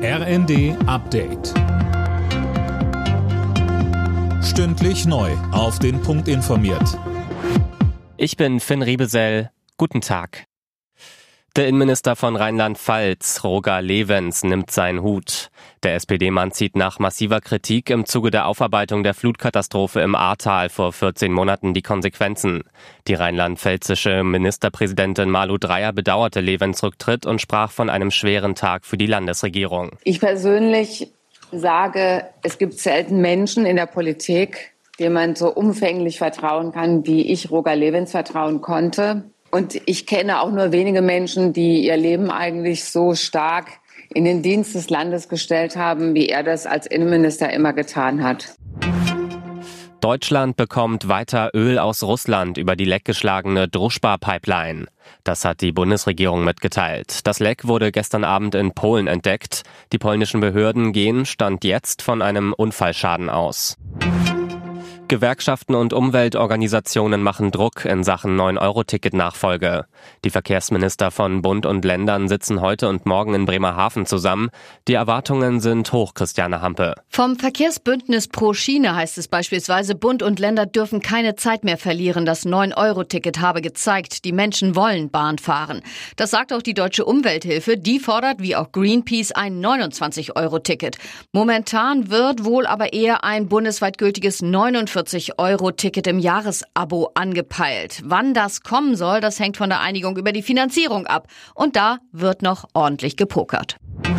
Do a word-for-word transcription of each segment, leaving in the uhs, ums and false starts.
R N D Update. Stündlich neu auf den Punkt informiert. Ich bin Finn Riebesell. Guten Tag. Der Innenminister von Rheinland-Pfalz, Roger Lewens, nimmt seinen Hut. Der S P D-Mann zieht nach massiver Kritik im Zuge der Aufarbeitung der Flutkatastrophe im Ahrtal vor vierzehn Monaten die Konsequenzen. Die rheinland-pfälzische Ministerpräsidentin Malu Dreyer bedauerte Lewens Rücktritt und sprach von einem schweren Tag für die Landesregierung. Ich persönlich sage, es gibt selten Menschen in der Politik, denen man so umfänglich vertrauen kann, wie ich Roger Lewens vertrauen konnte. Und ich kenne auch nur wenige Menschen, die ihr Leben eigentlich so stark in den Dienst des Landes gestellt haben, wie er das als Innenminister immer getan hat. Deutschland bekommt weiter Öl aus Russland über die leckgeschlagene Druschba-Pipeline. Das hat die Bundesregierung mitgeteilt. Das Leck wurde gestern Abend in Polen entdeckt. Die polnischen Behörden gehen Stand jetzt von einem Unfallschaden aus. Gewerkschaften und Umweltorganisationen machen Druck in Sachen neun Euro Ticket Nachfolge. Die Verkehrsminister von Bund und Ländern sitzen heute und morgen in Bremerhaven zusammen. Die Erwartungen sind hoch, Christiane Hampe. Vom Verkehrsbündnis Pro Schiene heißt es beispielsweise, Bund und Länder dürfen keine Zeit mehr verlieren. Das neun Euro Ticket habe gezeigt, die Menschen wollen Bahn fahren. Das sagt auch die Deutsche Umwelthilfe. Die fordert, wie auch Greenpeace, ein neunundzwanzig Euro Ticket. Momentan wird wohl aber eher ein bundesweit gültiges neunundvierzig Euro Ticket im Jahresabo angepeilt. Wann das kommen soll, das hängt von der Einigung über die Finanzierung ab. Und da wird noch ordentlich gepokert.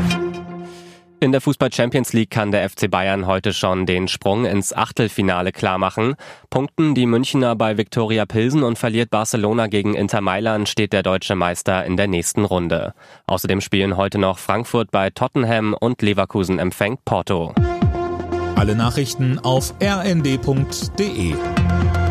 In der Fußball-Champions League kann der F C Bayern heute schon den Sprung ins Achtelfinale klarmachen. Punkten die Münchner bei Viktoria Pilsen und verliert Barcelona gegen Inter Mailand, steht der deutsche Meister in der nächsten Runde. Außerdem spielen heute noch Frankfurt bei Tottenham und Leverkusen empfängt Porto. Alle Nachrichten auf r n d punkt d e.